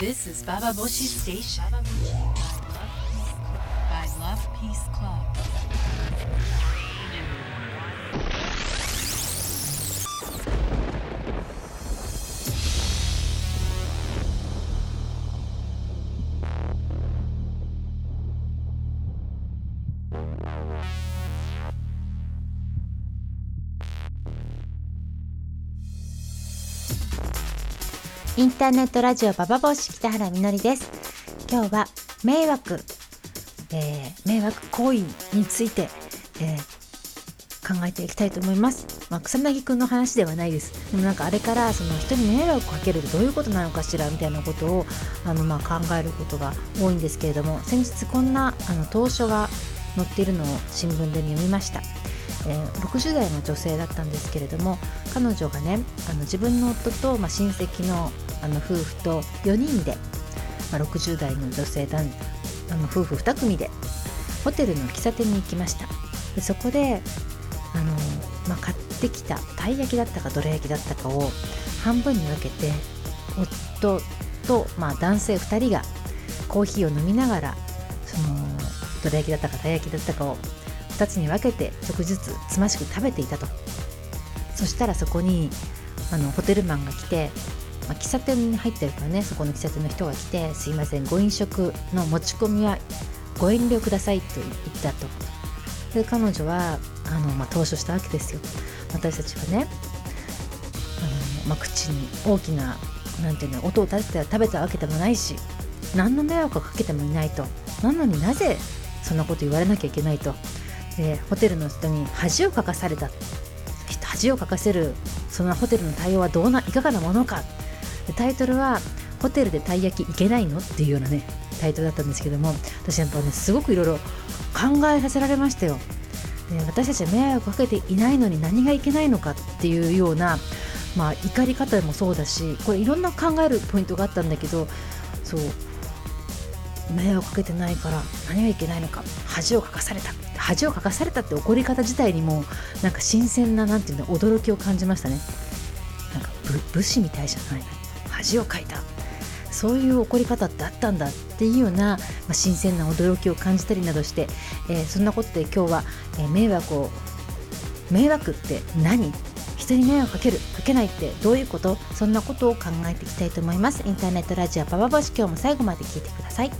This is Bababoshi Station by Love Peace Club. インターネットラジオババボシ北原みのりです。今日は迷惑行為について、考えていきたいと思います。草薙くんの話ではないです。でもあれからその人に迷惑をかけるとどういうことなのかしらみたいなことを考えることが多いんですけれども、先日こんな投書が載っているのを新聞で読みました。60代の女性だったんですけれども、彼女がね自分の夫と、親戚の夫婦と4人で、60代の女性夫婦2組でホテルの喫茶店に行きました。でそこで買ってきたたい焼きだったかどら焼きだったかを半分に分けて、夫と、男性2人がコーヒーを飲みながらそのどら焼きだったかたい焼きだったかを2つに分けてちょっとずつつましく食べていたと。そしたらそこにホテルマンが来て、喫茶店に入ってるからね、そこの喫茶店の人が来て、すいませんご飲食の持ち込みはご遠慮くださいと言ったと。で彼女は投書したわけですよ。私たちはね口に大きな音を立てて食べたわけでもないし、何の迷惑をかけてもいないと。なのになぜそんなこと言われなきゃいけないと。でホテルの人に恥をかかされた。恥をかかせるそのホテルの対応はいかがなものか。でタイトルはホテルでたい焼きいけないのっていうようなねタイトルだったんですけども、私やっぱねすごくいろいろ考えさせられましたよ。で私たちは迷惑をかけていないのに何がいけないのかっていうような、怒り方もそうだし、これいろんな考えるポイントがあったんだけど、そう迷惑かけてないから何がいけないのか。恥をかかされたって怒り方自体にも新鮮な驚きを感じましたね。武士みたいじゃない、恥をかいた、そういう怒り方ってあったんだっていうような、新鮮な驚きを感じたりなどして、そんなことで今日は、迷惑って何、人に迷惑かけないってどういうこと、そんなことを考えていきたいと思います。インターネットラジオババボシ、今日も最後まで聞いてください。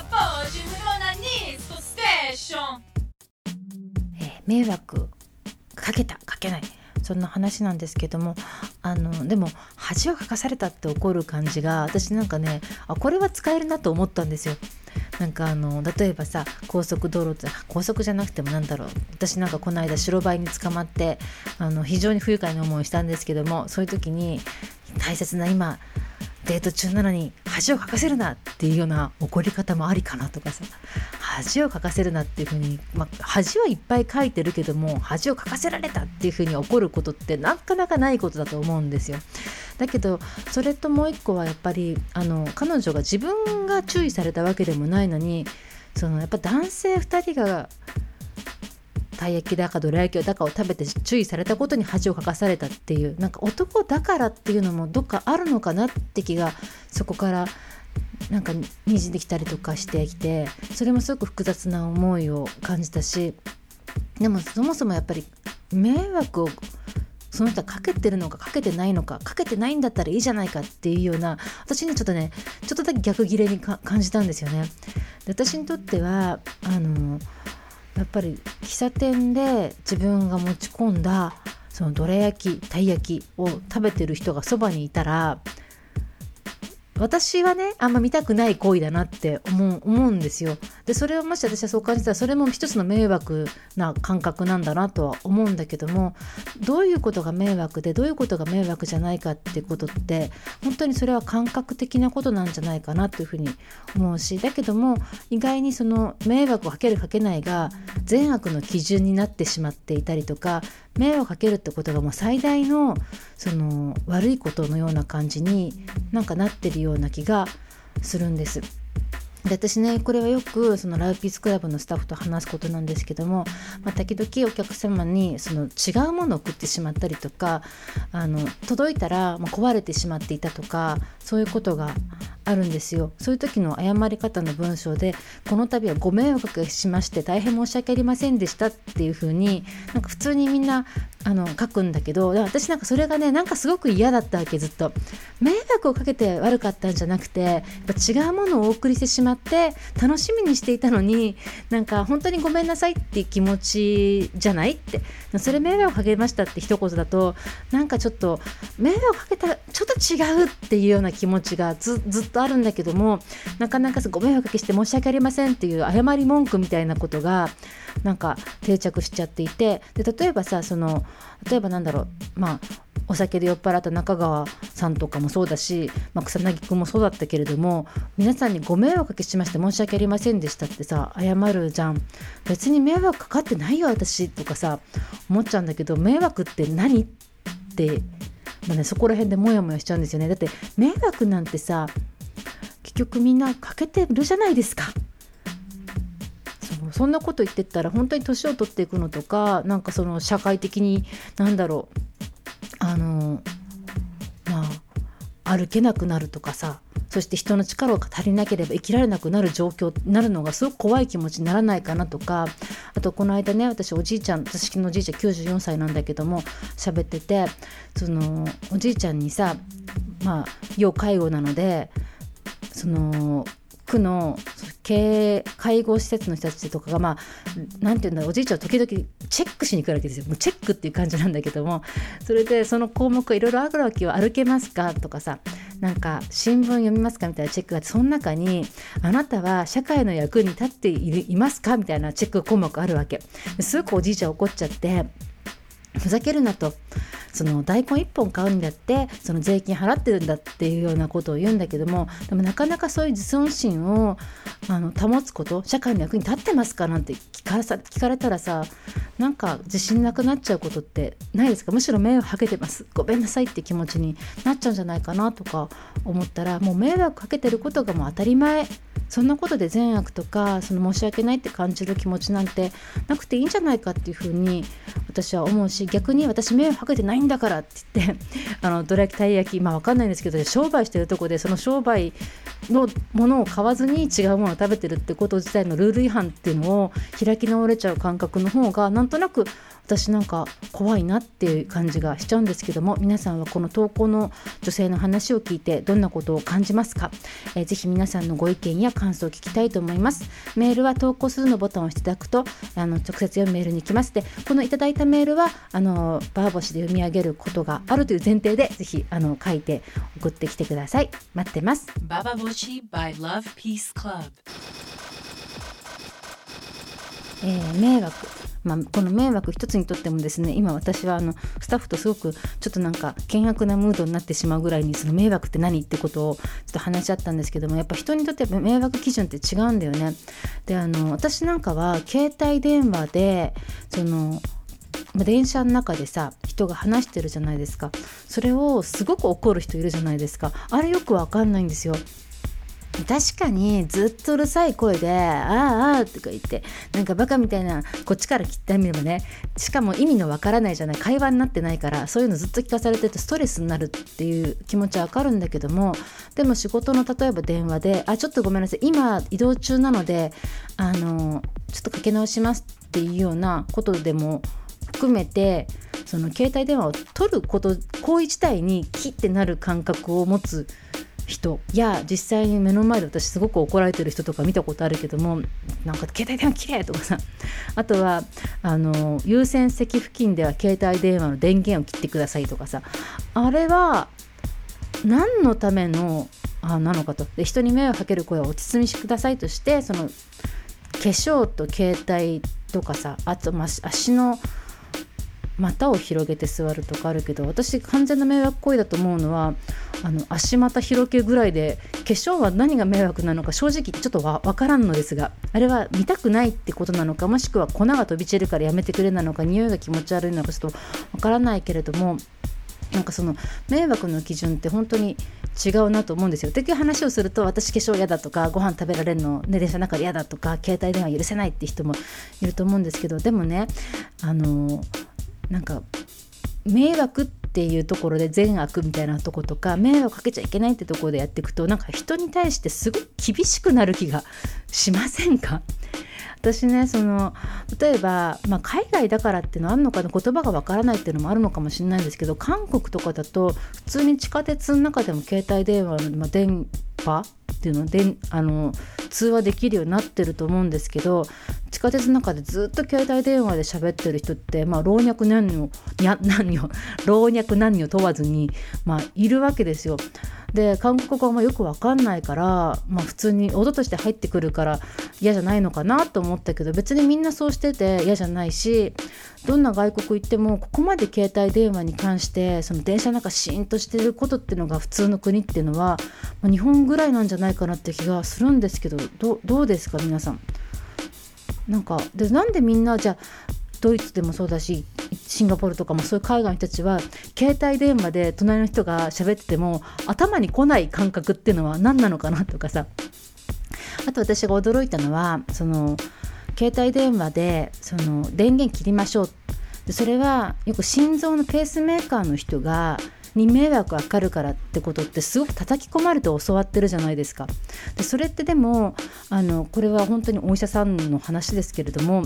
迷惑かけたかけない、そんな話なんですけども、でも恥をかかされたって怒る感じが私これは使えるなと思ったんですよ。例えばさ、高速道路って高速じゃなくても私この間白バイに捕まって非常に不愉快な思いをしたんですけども、そういう時に大切な今デート中なのに恥をかかせるなっていうような怒り方もありかなとかさ、恥をかかせるなっていうふうに、恥はいっぱい書いてるけども恥をかかせられたっていうふうに怒ることってなかなかないことだと思うんですよ。だけどそれともう一個はやっぱり彼女が自分が注意されたわけでもないのに、やっぱ男性2人がたい焼きだかどら焼きだかを食べて注意されたことに恥をかかされたっていう、男だからっていうのもどっかあるのかなって気がそこからにじんできたりとかしてきて、それもすごく複雑な思いを感じたし、でもそもそもやっぱり迷惑をその人はかけてるのかかけてないのか、かけてないんだったらいいじゃないかっていうような、私にちょっとだけ逆ギレに感じたんですよね。で私にとってはやっぱり喫茶店で自分が持ち込んだそのどら焼きたい焼きを食べてる人がそばにいたら、私はねあんま見たくない行為だなって思うんですよ。でそれをもし私はそう感じたら、それも一つの迷惑な感覚なんだなとは思うんだけども、どういうことが迷惑でどういうことが迷惑じゃないかってことって本当にそれは感覚的なことなんじゃないかなというふうに思うし、だけども意外にその迷惑をかけるかけないが善悪の基準になってしまっていたりとか、迷惑かけるってことがもう最大のその悪いことのような感じになってるような気がするんです。で私ねこれはよくそのラウピースクラブのスタッフと話すことなんですけども、時々お客様にその違うものを送ってしまったりとか、届いたら壊れてしまっていたとか、そういうことがあるんですよ。そういう時の謝り方の文章で、この度はご迷惑をおかけしまして大変申し訳ありませんでしたっていう風になんか普通にみんな書くんだけど、私なんかそれがねなんかすごく嫌だったわけ。ずっと迷惑をかけて悪かったんじゃなくて、やっぱ違うものをお送りしてしまって楽しみにしていたのに、なんか本当にごめんなさいっていう気持ちじゃないって、それ迷惑をかけましたって一言だとなんかちょっと迷惑をかけたらちょっと違うっていうような気持ちがずっとあるんだけども、なかなかご迷惑かけして申し訳ありませんっていう謝り文句みたいなことがなんか定着しちゃっていて、で例えばさ例えばなんだろう、お酒で酔っ払った中川さんとかもそうだし、草薙くんもそうだったけれども、皆さんにご迷惑おかけしまして申し訳ありませんでしたってさ謝るじゃん。別に迷惑かかってないよ私とかさ思っちゃうんだけど、迷惑って何って、そこら辺でモヤモヤしちゃうんですよね。だって迷惑なんてさ結局みんなかけてるじゃないですか。そんなこと言ってったら本当に年を取っていくのとか、なんか社会的に歩けなくなるとかさ、そして人の力が足りなければ生きられなくなる状況になるのがすごく怖い気持ちにならないかなとか、あとこの間ね私のおじいちゃん94歳なんだけども喋ってて、おじいちゃんにさ要介護なので区の介護施設の人たちとかがなんていうんだろう、おじいちゃんを時々チェックしに来るわけですよ。もうチェックっていう感じなんだけども、それでその項目がいろいろあるわけよ。歩けますかとかさ、なんか新聞読みますかみたいなチェックがあって、その中にあなたは社会の役に立っていますかみたいなチェック項目あるわけ。すごくおじいちゃん怒っちゃって、ふざけるなと、大根1本買うんだって税金払ってるんだっていうようなことを言うんだけども、でもなかなかそういう自尊心を保つこと、社会の役に立ってますかなんて聞かれたらさ、なんか自信なくなっちゃうことってないですか。むしろ迷惑かけてます、ごめんなさいって気持ちになっちゃうんじゃないかなとか思ったら、もう迷惑かけてることがもう当たり前、そんなことで善悪とか申し訳ないって感じる気持ちなんてなくていいんじゃないかっていうふうに私は思うし、逆に私迷惑かけてないんだからって言ってどら焼きたい焼き分かんないんですけど、商売してるとこでその商売のものを買わずに違うものを食べてるってこと自体のルール違反っていうのを開き直れちゃう感覚の方がなんとなく私なんか怖いなっていう感じがしちゃうんですけども、皆さんはこの投稿の女性の話を聞いてどんなことを感じますか。ぜひ皆さんのご意見や感想を聞きたいと思います。メールは投稿するのボタンを押していただくと直接読むメールに来ます。でこのいただいたメールはバー星で読み上げることがあるという前提でぜひ書いて送ってきてください。待ってます。 ババボシ by Love Peace Club。 迷惑、この迷惑一つにとってもですね、今私はスタッフとすごくちょっとなんか険悪なムードになってしまうぐらいに迷惑って何ってことをちょっと話し合ったんですけども、やっぱ人にとって迷惑基準って違うんだよね。で私なんかは携帯電話で電車の中でさ人が話してるじゃないですか。それをすごく怒る人いるじゃないですか。あれよくわかんないんですよ。確かにずっとうるさい声でああとか言ってなんかバカみたいな、こっちから聞いてみればね、しかも意味のわからないじゃない、会話になってないから、そういうのずっと聞かされててストレスになるっていう気持ちはわかるんだけども、でも仕事の例えば電話でちょっとごめんなさい今移動中なのでちょっとかけ直しますっていうようなことでも含めて、携帯電話を取る行為自体にキッてなる感覚を持つ人や、実際に目の前で私すごく怒られてる人とか見たことあるけども、なんか携帯電話切れとかさ、あとは優先席付近では携帯電話の電源を切ってくださいとかさ、あれは何のためのなのかと。で人に迷惑かける声はお包みしてくださいとして、化粧と携帯とかさ、あと足の股を広げて座るとかあるけど、私完全な迷惑行為だと思うのは足股広げぐらいで、化粧は何が迷惑なのか正直ちょっとわからんのですが、あれは見たくないってことなのか、もしくは粉が飛び散るからやめてくれなのか、匂いが気持ち悪いのかちょっとわからないけれども、なんか迷惑の基準って本当に違うなと思うんですよ。っていう話をすると、私化粧嫌だとかご飯食べられるの、電車の中で嫌だとか携帯電話許せないって人もいると思うんですけど、でもねなんか迷惑っっていうところで善悪みたいなとことか、迷惑かけちゃいけないってところでやっていくと、なんか人に対してすごい厳しくなる気がしませんか？私ね、例えば、海外だからっていうのはあるのかな、言葉がわからないっていうのもあるのかもしれないんですけど、韓国とかだと普通に地下鉄の中でも携帯電話の、電波っていうので通話できるようになってると思うんですけど、地下鉄の中でずっと携帯電話で喋ってる人って、老若男女問わずに、いるわけですよ。で、韓国語もよく分かんないから、普通に音として入ってくるから嫌じゃないのかなと思ったけど、別にみんなそうしてて嫌じゃないし、どんな外国行ってもここまで携帯電話に関してその電車なんかシーンとしてることっていうのが普通の国っていうのは、日本ぐらいなんじゃないかなって気がするんですけど、どうですか皆さん。なんでみんな、じゃあドイツでもそうだしシンガポールとかもそういう海外の人たちは携帯電話で隣の人が喋ってても頭に来ない感覚っていうのは何なのかなとかさ。あと私が驚いたのは、携帯電話で電源切りましょう。でそれはよく心臓のペースメーカーの人に迷惑がかかるからってことってすごく叩き込まれて教わってるじゃないですか。でそれってでもこれは本当にお医者さんの話ですけれども、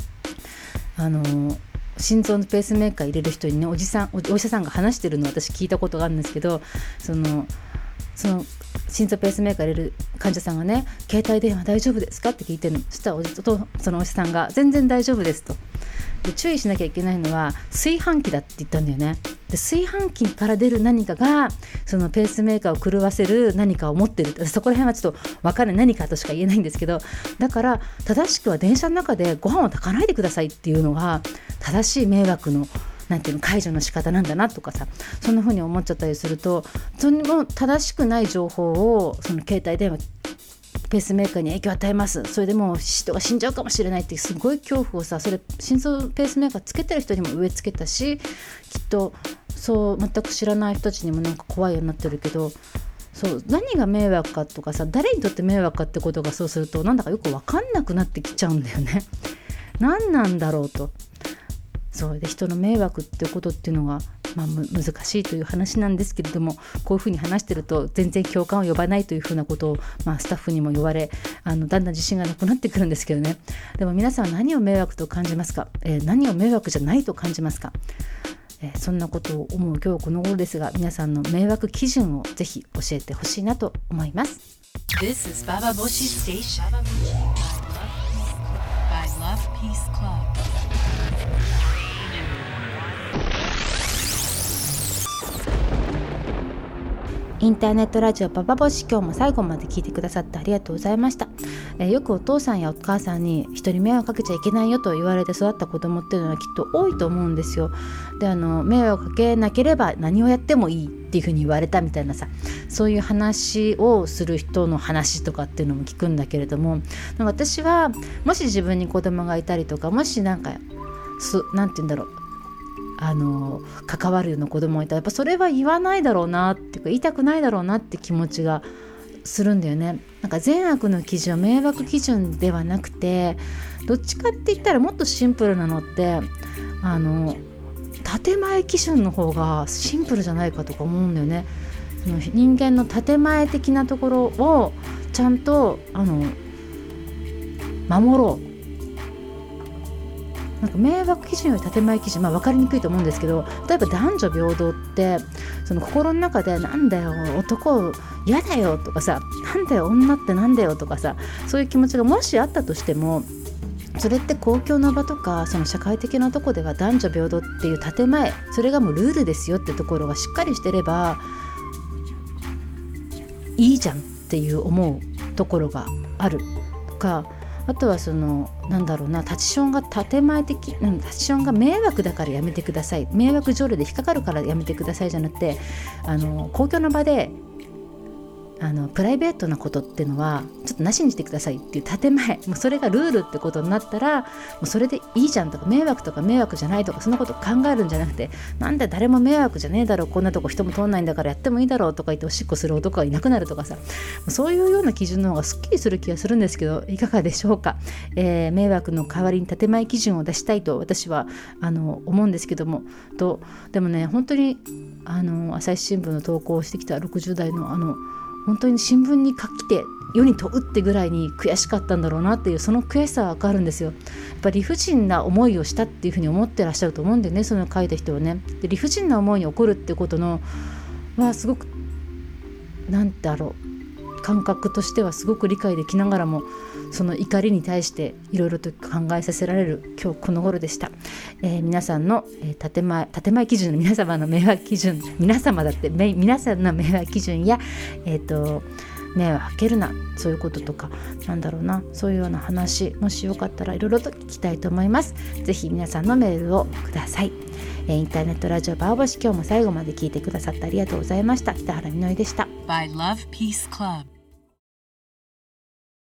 心臓のペースメーカー入れる人にね、お医者さんが話してるのを私聞いたことがあるんですけど、その心臓ペースメーカー入れる患者さんがね、携帯電話大丈夫ですかって聞いてるの。そしたらそのお医者さんが全然大丈夫ですと。で注意しなきゃいけないのは炊飯器だって言ったんだよね。で炊飯器から出る何かがそのペースメーカーを狂わせる何かを持ってる。そこら辺はちょっと分からない、何かとしか言えないんですけど、だから正しくは電車の中でご飯を炊かないでくださいっていうのが正しい迷惑の解除の仕方なんだなとかさ、そんな風に思っちゃったりすると、その正しくない情報をその携帯電話ペースメーカーに影響を与えます、それでもう人が死んじゃうかもしれないっていうすごい恐怖をさ、それ心臓ペースメーカーつけてる人にも植え付けたし、きっとそう全く知らない人たちにもなんか怖いようになってるけど、そう何が迷惑かとかさ、誰にとって迷惑かってことがそうするとなんだかよく分かんなくなってきちゃうんだよね。何なんだろうと。そうで人の迷惑ってことっていうのが、難しいという話なんですけれども、こういうふうに話してると全然共感を呼ばないというふうなことを、スタッフにも言われ、だんだん自信がなくなってくるんですけどね。でも皆さんは何を迷惑と感じますか？何を迷惑じゃないと感じますか？そんなことを思う今日この頃ですが、皆さんの迷惑基準をぜひ教えてほしいなと思います。 This is Baba Boshi Station by Love Peace Club. インターネットラジオババボシ、今日も最後まで聞いてくださってありがとうございました。よくお父さんやお母さんに人に迷惑かけちゃいけないよと言われて育った子供っていうのはきっと多いと思うんですよ。で迷惑かけなければ何をやってもいいっていうふうに言われたみたいなさ、そういう話をする人の話とかっていうのも聞くんだけれども、私はもし自分に子供がいたりとか、もしなんて言うんだろう、関わるような子供がいたらやっぱそれは言わないだろうなっていうか、言いたくないだろうなって気持ちがするんだよね。善悪の基準、迷惑基準ではなくて、どっちかって言ったらもっとシンプルなのって建前基準の方がシンプルじゃないかとか思うんだよね。その人間の建前的なところをちゃんと守ろう。迷惑基準より建前基準、分かりにくいと思うんですけど、例えば男女平等ってその心の中でなんだよ男嫌だよとかさ、なんだよ女ってなんだよとかさ、そういう気持ちがもしあったとしても、それって公共の場とかその社会的なとこでは男女平等っていう建前、それがもうルールですよってところがしっかりしてればいいじゃんっていう思うところがあるとか、あとは立ちションが建前的、立ちションが迷惑だからやめてください、迷惑条例で引っかかるからやめてくださいじゃなくて、公共の場でプライベートなことっていうのはちょっとなしにしてくださいっていう建前、もうそれがルールってことになったらもうそれでいいじゃんとか、迷惑とか迷惑じゃないとかそんなこと考えるんじゃなくて、なんで誰も迷惑じゃねえだろう、こんなとこ人も通んないんだからやってもいいだろうとか言っておしっこする男がいなくなるとかさ、そういうような基準の方がすっきりする気がするんですけど、いかがでしょうか。迷惑の代わりに建前基準を出したいと私は思うんですけども、でもね本当に朝日新聞の投稿をしてきた60代の本当に新聞に書きて世に問うってぐらいに悔しかったんだろうなっていう、その悔しさは分かるんですよ。やっぱり理不尽な思いをしたっていうふうに思ってらっしゃると思うんでね、その書いた人はね。で理不尽な思いに起こるってことのはすごくなんだろう、感覚としてはすごく理解できながらも、その怒りに対していろいろと考えさせられる今日この頃でした。皆さんの、建前基準の皆様の迷惑基準、皆さんの迷惑基準や、迷惑かけるな、そういうこととかなんだろうな、そういうような話、もしよかったらいろいろと聞きたいと思います。ぜひ皆さんのメールをください。インターネットラジオバーボシ、今日も最後まで聞いてくださってありがとうございました。北原みのりでした。 by Love Peace Club